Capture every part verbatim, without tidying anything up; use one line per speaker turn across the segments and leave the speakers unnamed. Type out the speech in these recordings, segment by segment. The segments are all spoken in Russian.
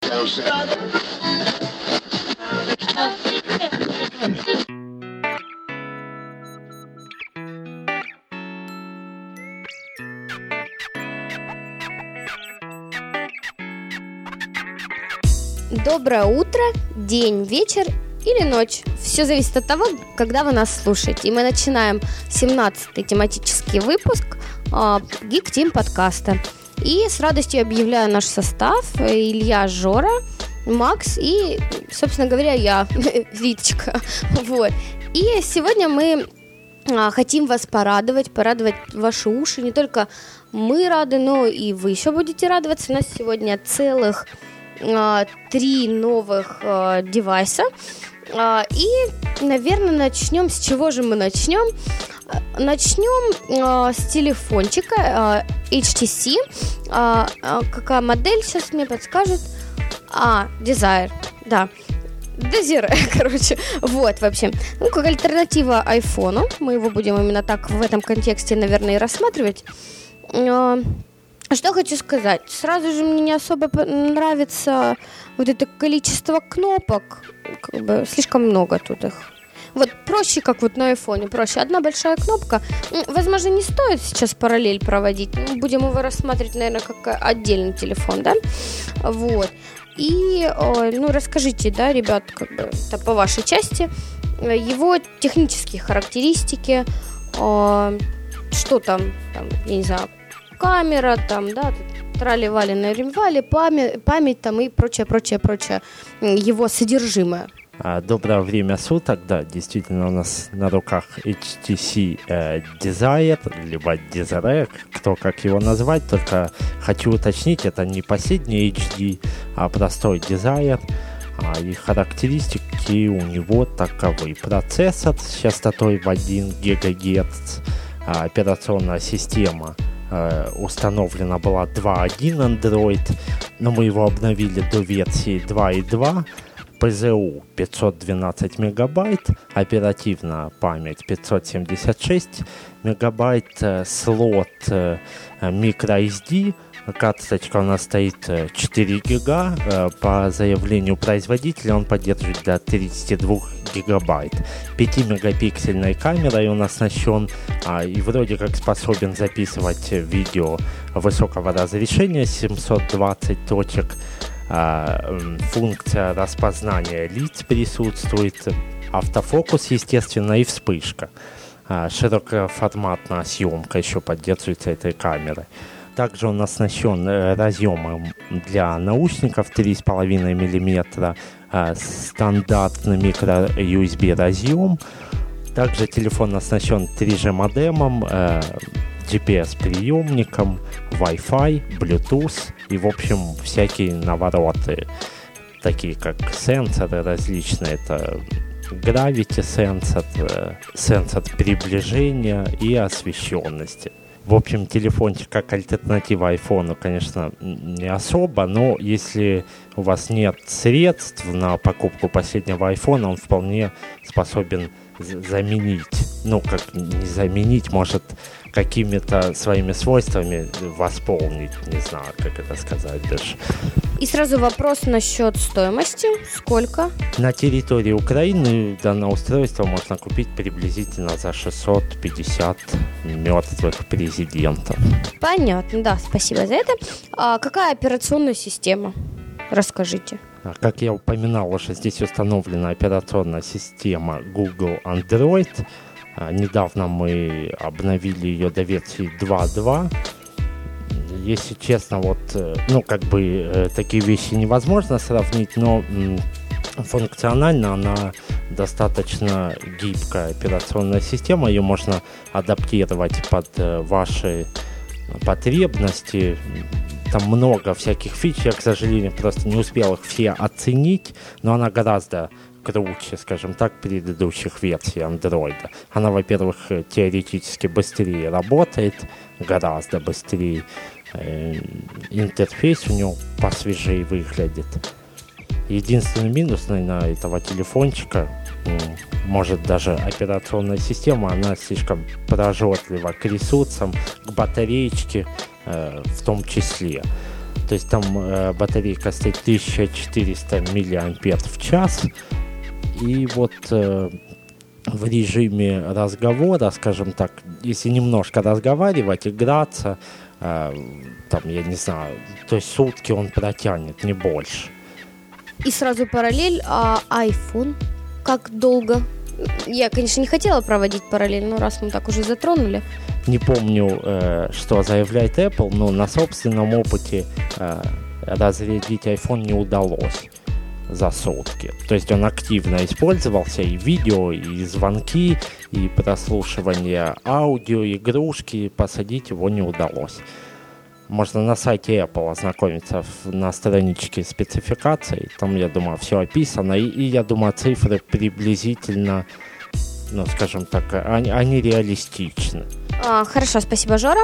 Доброе утро, день, вечер или ночь. Все зависит от того, когда вы нас слушаете. И мы начинаем семнадцатый тематический выпуск э, Geek Team подкаста. И с радостью объявляю наш состав. Илья, Жора, Макс и, собственно говоря, я, Риточка. Вот. И сегодня мы э, хотим вас порадовать, порадовать ваши уши. Не только мы рады, но и вы еще будете радоваться. У нас сегодня целых три новых э, девайса. Э, и, наверное, начнем. С чего же мы начнем? Начнем э, с телефончика э, эйч ти си. Э, э, какая модель сейчас мне подскажет? А, Desire, да. Desire, короче. Вот, вообще. Ну, как альтернатива айфону. Мы его будем именно так в этом контексте, наверное, и рассматривать. Э, Что хочу сказать, сразу же мне не особо нравится вот это количество кнопок, как бы слишком много тут их. Вот проще, как вот на айфоне, проще. Одна большая кнопка, возможно, не стоит сейчас параллель проводить, будем его рассматривать, наверное, как отдельный телефон, да, вот. И, ну, расскажите, да, ребят, как бы, это по вашей части, его технические характеристики, что там, там, я не знаю, камера, там, да, трали-вали, наремвали, память, память там и прочее, прочее, прочее, его содержимое.
Доброе время суток, да, действительно у нас на руках эйч ти си э, Desire, либо Desire, кто как его назвать, только хочу уточнить, это не последний эйч ди, а простой Desire, а, и характеристики у него таковы: процессор с частотой в один гигагерц, а, операционная система установлена была два точка один Android, но мы его обновили до версии два точка два. пэ зэ у пятьсот двенадцать мегабайт, оперативная память пятьсот семьдесят шесть мегабайт, слот microSD, карточка у нас стоит четыре гига, по заявлению производителя он поддерживает до тридцать два гигабайт. пятимегапиксельной камерой он оснащен, а, и вроде как способен записывать видео высокого разрешения семьсот двадцать точек. А, функция распознания лиц присутствует, автофокус, естественно, и вспышка. А, широкоформатная съемка еще поддерживается этой камерой. Также он оснащен разъемом для наушников три с половиной миллиметра, стандартный микро-ю эс би разъем. Также телефон оснащен три джи модемом, джи пи эс-приемником, Wi-Fi, Bluetooth и, в общем, всякие навороты, такие как сенсоры различные. Это Gravity сенсор, сенсор приближения и освещенности. В общем, телефончик как альтернатива айфону, конечно, не особо, но если у вас нет средств на покупку последнего айфона, он вполне способен заменить, ну, как не заменить, может, какими-то своими свойствами восполнить, не знаю, как это сказать даже.
И сразу вопрос насчет стоимости. Сколько?
На территории Украины данное устройство можно купить приблизительно за шестьсот пятьдесят мертвых президентов.
Понятно, да, спасибо за это. А какая операционная система? Расскажите.
Как я упоминал, уже здесь установлена операционная система Google Android. Недавно мы обновили ее до версии два точка два. Если честно, вот, ну, как бы такие вещи невозможно сравнить, но функционально она достаточно гибкая операционная система. Ее можно адаптировать под ваши потребности. Там много всяких фич, я, к сожалению, просто не успел их все оценить, но она гораздо круче, скажем так, предыдущих версий Android. Она, во-первых, теоретически быстрее работает, гораздо быстрее. Интерфейс у него посвежее выглядит. Единственный минус, наверное, этого телефончика, может даже операционная система, она слишком прожотлива к ресурсам, к батареечке э, в том числе. То есть там э, батарейка стоит тысяча четыреста миллиампер в час. И вот э, в режиме разговора, скажем так, если немножко разговаривать, играться, э, там, я не знаю, то есть сутки он протянет, не больше.
И сразу параллель, а iPhone как долго? Я, конечно, не хотела проводить параллель, но раз мы так уже затронули.
Не помню, э, что заявляет Apple, но на собственном опыте э, разрядить iPhone не удалось за сутки. То есть он активно использовался, и видео, и звонки, и прослушивание аудио, игрушки, посадить его не удалось. Можно на сайте Apple ознакомиться в, на страничке спецификаций, там, я думаю, все описано, и, и я думаю, цифры приблизительно, ну, скажем так, они, они реалистичны.
А, хорошо, спасибо, Жора.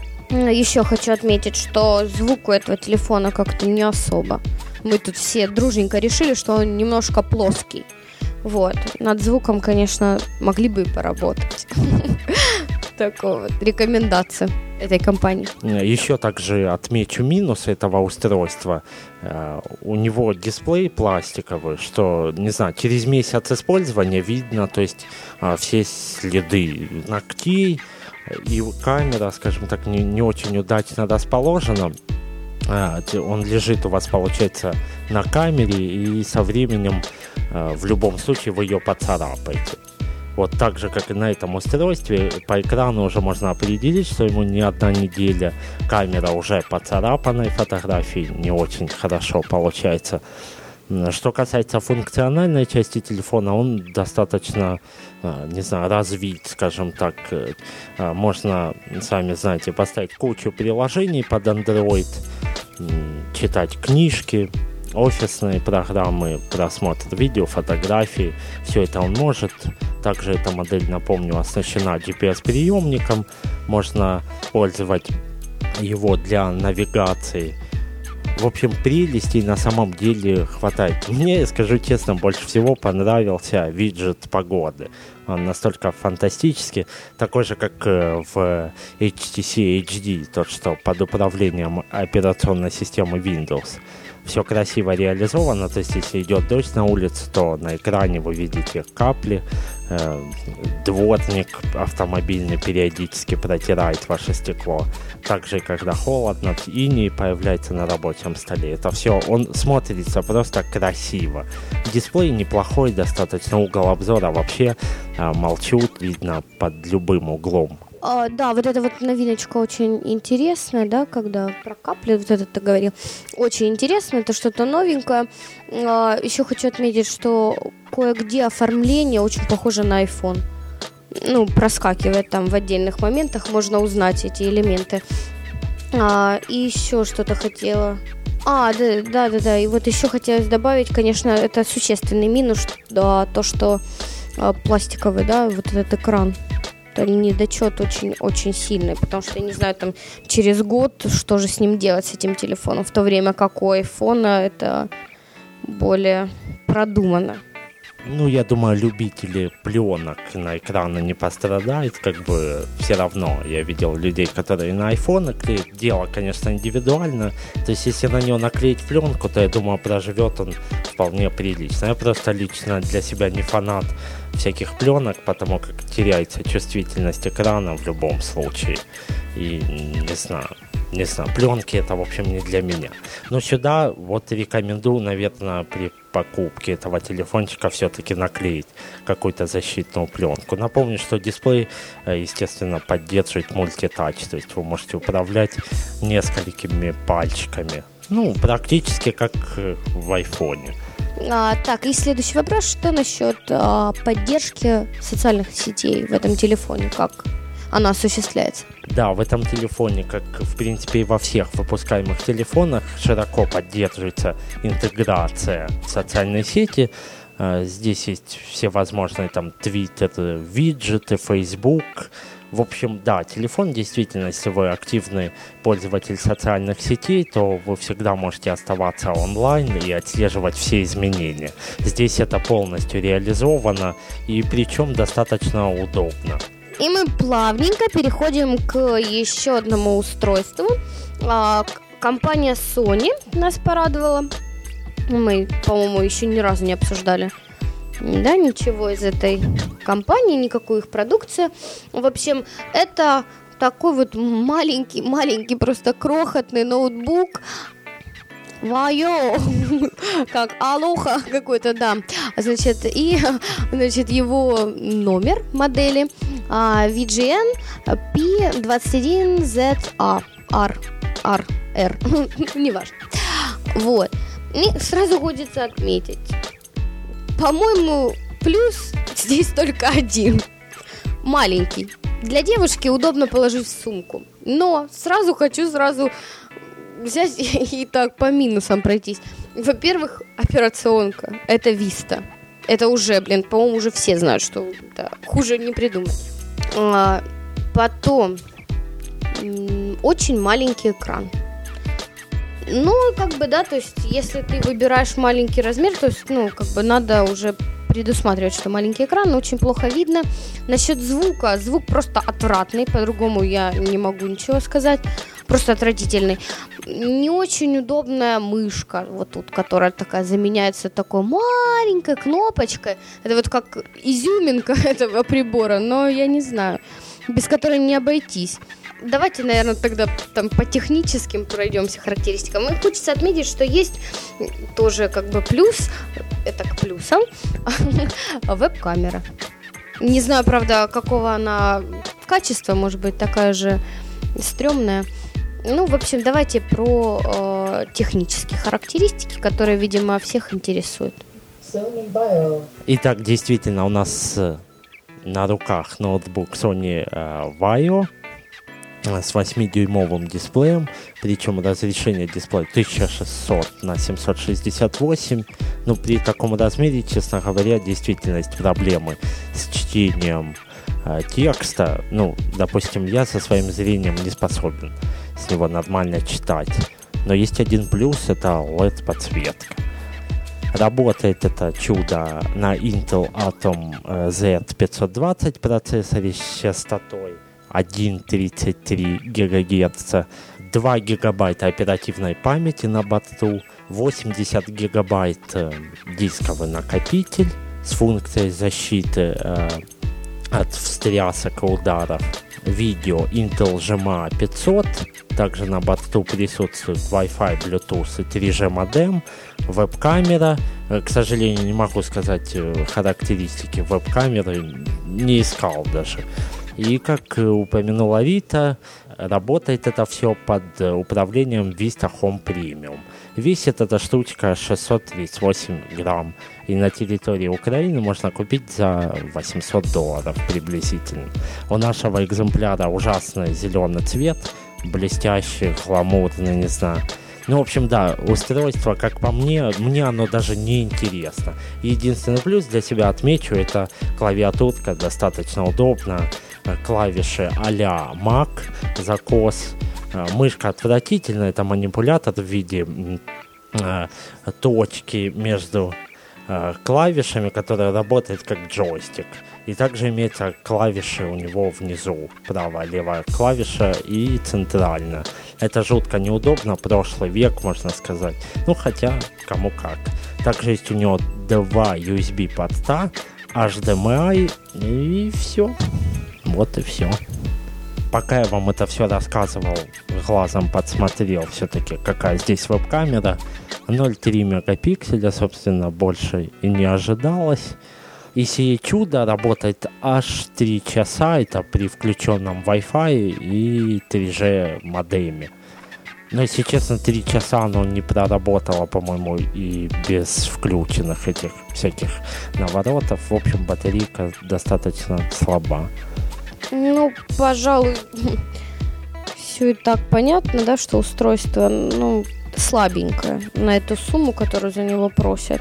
Еще хочу отметить, что звук у этого телефона как-то не особо. Мы тут все дружненько решили, что он немножко плоский. Вот. Над звуком, конечно, могли бы и поработать. Такая вот рекомендация этой компании.
Еще также отмечу минусы этого устройства. Uh, у него дисплей пластиковый, что, не знаю, через месяц использования видно, то есть uh, все следы ногтей, и камера, скажем так, не, не очень удачно расположена. Uh, он лежит у вас, получается, на камере, и со временем uh, в любом случае вы ее поцарапаете. Вот так же, как и на этом устройстве, по экрану уже можно определить, что ему не одна неделя. Камера уже поцарапанной фотографии, не очень хорошо получается. Что касается функциональной части телефона, он достаточно, не знаю, развит, скажем так. Можно, сами знаете, поставить кучу приложений под Android, читать книжки, офисные программы, просмотр видео, фотографий, все это он может. Также эта модель, напомню, оснащена джи пи эс-приемником, можно пользовать его для навигации. В общем, прелестей на самом деле хватает. Мне, скажу честно, больше всего понравился виджет погоды. Он настолько фантастический, такой же, как в эйч ти си эйч ди, тот, что под управлением операционной системы Windows. Все красиво реализовано, то есть если идет дождь на улице, то на экране вы видите капли, э, дворник автомобильный периодически протирает ваше стекло. Также, когда холодно, иней появляется на рабочем столе. Это все, он смотрится просто красиво. Дисплей неплохой, достаточно, угол обзора вообще э, молчут, видно под любым углом.
А, да, вот эта вот новиночка очень интересная, да, когда про капли, вот это ты говорил, очень интересно, это что-то новенькое. А, еще хочу отметить, что кое-где оформление очень похоже на iPhone. Ну, проскакивает там в отдельных моментах, можно узнать эти элементы. А, и еще что-то хотела... А, да, да, да, да, и вот еще хотелось добавить, конечно, это существенный минус, да, то, что а, пластиковый, да, вот этот экран. Недочет очень-очень сильный, потому что я не знаю, там через год, что же с ним делать, с этим телефоном, в то время как у айфона это более продумано.
Ну, я думаю, любители пленок на экраны не пострадают, как бы все равно. Я видел людей, которые на айфон клеят. Дело, конечно, индивидуально. То есть, если на него наклеить пленку, то, я думаю, проживет он вполне прилично. Я просто лично для себя не фанат всяких пленок, потому как теряется чувствительность экрана в любом случае. И не знаю, не знаю, пленки это, в общем, не для меня. Но сюда вот рекомендую, наверное, при покупке этого телефончика все-таки наклеить какую-то защитную пленку. Напомню, что дисплей, естественно, поддерживает мультитач, то есть вы можете управлять несколькими пальчиками. Ну, практически как в айфоне.
А, так, и следующий вопрос. Что насчет а, поддержки социальных сетей в этом телефоне? Как она осуществляется?
Да, в этом телефоне, как в принципе и во всех выпускаемых телефонах, широко поддерживается интеграция в социальные сети. Здесь есть всевозможные там Twitter, виджеты, Facebook. В общем, да, телефон действительно, если вы активный пользователь социальных сетей, то вы всегда можете оставаться онлайн и отслеживать все изменения. Здесь это полностью реализовано, и причем достаточно удобно.
И мы плавненько переходим к еще одному устройству, компания Sony нас порадовала. Мы, по-моему, еще ни разу не обсуждали, да, ничего из этой компании, никакую их продукцию. В общем, это такой вот маленький-маленький, просто крохотный ноутбук. Вайо, как алоха какой-то, да. Значит, и, значит, его номер модели ви джи эн пи двадцать один зет эй ар, ар, эр, неважно. Вот. И сразу хочется отметить, по-моему, плюс здесь только один. Маленький. Для девушки удобно положить в сумку. Но сразу хочу сразу взять и так по минусам пройтись. Во-первых, операционка. Это Vista. Это уже, блин, по-моему, уже все знают, что да, хуже не придумать. А, потом м- очень маленький экран. Ну, как бы, да, то есть, если ты выбираешь маленький размер, то есть, ну, как бы, надо уже предусматривать, что маленький экран, но очень плохо видно. Насчет звука, звук просто отвратный, по-другому я не могу ничего сказать, просто отвратительный. Не очень удобная мышка, вот тут, которая такая заменяется такой маленькой кнопочкой. Это вот как изюминка этого прибора, но я не знаю, без которой не обойтись. Давайте, наверное, тогда там по техническим пройдемся характеристикам. И хочется отметить, что есть тоже как бы плюс, это к плюсам, веб-камера. Не знаю, правда, какого она качества, может быть, такая же стрёмная. Ну, в общем, давайте про э, технические характеристики, которые, видимо, всех интересуют.
Итак, действительно, у нас на руках ноутбук Sony э, Vaio с восьмидюймовым дисплеем, причем разрешение дисплея тысяча шестьсот на семьсот шестьдесят восемь. Ну, при таком размере, честно говоря, действительно есть проблемы с чтением э, текста. Ну, допустим, я со своим зрением не способен с него нормально читать. Но есть один плюс, это эл и ди-подсветка. Работает это чудо на Intel Atom зет пятьсот двадцать процессоре с частотой один целых тридцать три гигагерца, два гигабайта оперативной памяти на борту, восемьдесят гигабайт э, дисковый накопитель с функцией защиты э, от встрясок и ударов, видео Intel джи эм эй пятьсот, также на борту присутствует Wi-Fi, Bluetooth и три джи модем, веб-камера. К сожалению, не могу сказать характеристики веб-камеры, не искал даже. И, как упомянула Рита, работает это все под управлением Vista Home Premium. Весит эта штучка шестьсот тридцать восемь грамм. И на территории Украины можно купить за восемьсот долларов приблизительно. У нашего экземпляра ужасный зеленый цвет, блестящий, гламурный, не знаю. Ну, в общем, да, устройство, как по мне, мне оно даже не интересно. Единственный плюс для себя отмечу, это клавиатурка достаточно удобна, клавиши а-ля Mac, закос, мышка отвратительная, это манипулятор в виде э, точки между э, клавишами, которая работает как джойстик. И также имеются клавиши у него внизу, правая, левая клавиша и центральная. Это жутко неудобно, прошлый век, можно сказать. Ну, хотя, кому как. Также есть у него два ю эс би порта, эйч ди эм ай и все. Вот и все. Пока я вам это все рассказывал, глазом подсмотрел все-таки, какая здесь веб-камера. ноль целых три мегапикселя, собственно, больше и не ожидалось. И сие чудо работает аж три часа, это при включенном Wi-Fi и три джи модеме. Но, если честно, три часа оно не проработало, по-моему, и без включенных этих всяких наворотов. В общем, батарейка достаточно слаба.
Ну, пожалуй, все и так понятно, да, что устройство, ну, слабенькое на эту сумму, которую за него просят.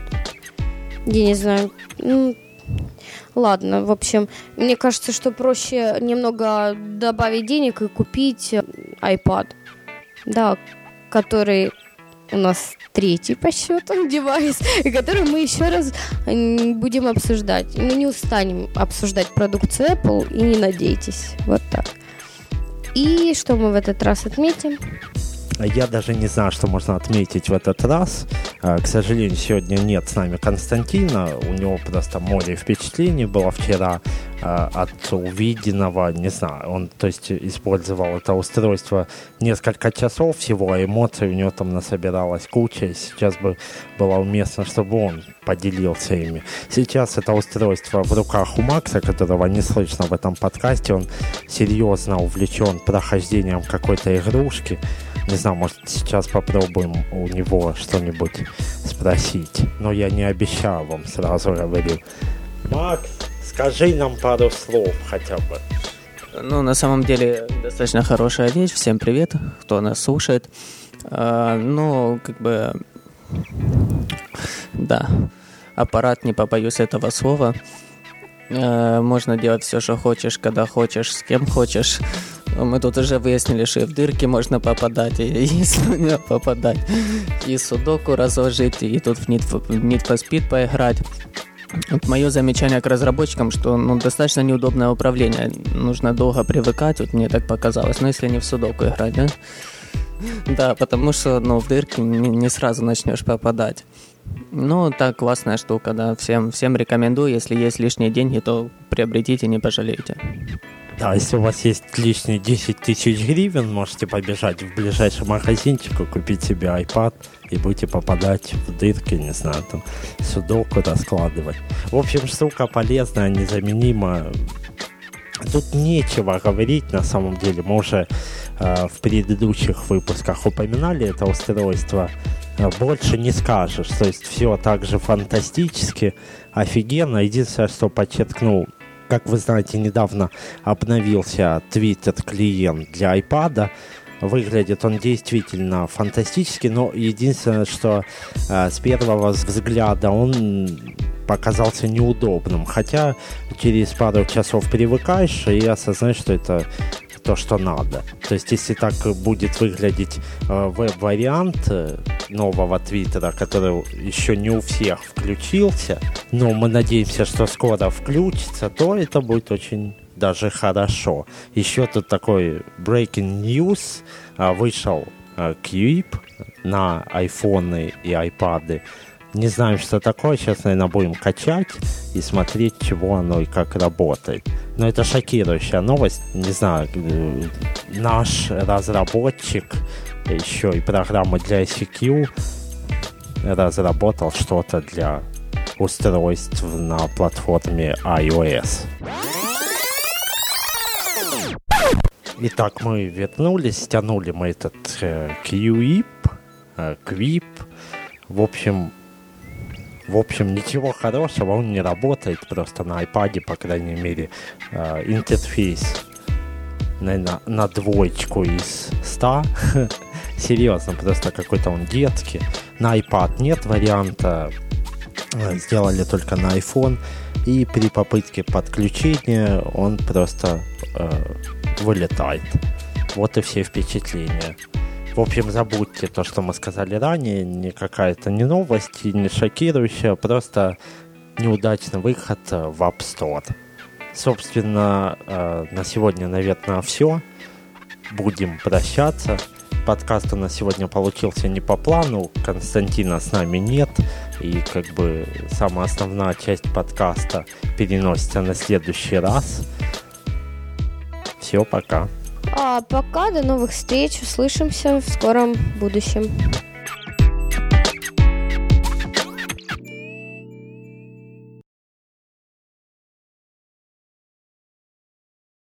Я не знаю, ну, ладно, в общем, мне кажется, что проще немного добавить денег и купить iPad, да, который у нас третий по счету девайс, и который мы еще раз будем обсуждать. Мы не устанем обсуждать продукцию Apple, и не надейтесь. Вот так. И что мы в этот раз отметим?
Я даже не знаю, что можно отметить в этот раз. К сожалению, сегодня нет с нами Константина. У него просто море впечатлений было вчера от увиденного. Не знаю, он, то есть, использовал это устройство несколько часов всего, а эмоций у него там насобиралась куча. И сейчас бы было уместно, чтобы он поделился ими. Сейчас это устройство в руках у Макса, которого не слышно в этом подкасте. Он серьезно увлечен прохождением какой-то игрушки. Не знаю, может, сейчас попробуем у него что-нибудь спросить. Но я не обещал вам, сразу говорю. Макс, скажи нам пару слов хотя бы.
Ну, на самом деле, достаточно хорошая вещь. Всем привет, кто нас слушает. А, ну, как бы... Да, аппарат, не побоюсь этого слова. А, можно делать все, что хочешь, когда хочешь, с кем хочешь. Мы тут уже выяснили, что и в дырки можно попадать, и, и слоня попадать, и судоку разложить, и тут в Need for, Need for Speed поиграть. Вот мое замечание к разработчикам, что ну, достаточно неудобное управление. Нужно долго привыкать, вот мне так показалось. Но если не в судоку играть, да? Да, потому что ну, в дырки не, не сразу начнешь попадать. Ну, так классная штука, да. Всем, всем рекомендую. Если есть лишние деньги, то приобретите, не пожалеете.
Да, если у вас есть лишние десять тысяч гривен, можете побежать в ближайший магазинчик и купить себе iPad, и будете попадать в дырки, не знаю, там, судоку раскладывать. В общем, штука полезная, незаменима. Тут нечего говорить, на самом деле. Мы уже э, в предыдущих выпусках упоминали это устройство. Больше не скажешь. То есть все так же фантастически, офигенно. Единственное, что подчеркнул, как вы знаете, недавно обновился Twitter-клиент для iPad. Выглядит он действительно фантастически, но единственное, что э, с первого взгляда он показался неудобным. Хотя через пару часов привыкаешь и осознаешь, что это то, что надо. То есть, если так будет выглядеть э, веб-вариант э, нового Твиттера, который еще не у всех включился, но мы надеемся, что скоро включится, то это будет очень даже хорошо. Еще тут такой breaking news. Э, вышел э, Quip на айфоны и айпады. Не знаем, что такое. Сейчас, наверное, будем качать и смотреть, чего оно и как работает. Но это шокирующая новость. Не знаю, наш разработчик, еще и программы для ай си кью, разработал что-то для устройств на платформе iOS. Итак, мы вернулись, стянули мы этот э, Quip, э, Quip. В общем... В общем, ничего хорошего, он не работает, просто на iPad, по крайней мере, э, интерфейс, наверное, на двоечку из ста. Серьезно, просто какой-то он детский. На iPad нет варианта, сделали только на iPhone, и при попытке подключения он просто э, вылетает. Вот и все впечатления. В общем, забудьте то, что мы сказали ранее, не какая-то не новость, не шокирующая, просто неудачный выход в App Store. Собственно, на сегодня, наверное, все. Будем прощаться. Подкаст у нас сегодня получился не по плану, Константина с нами нет, и как бы самая основная часть подкаста переносится на следующий раз. Все, пока.
А пока, до новых встреч, услышимся в скором будущем.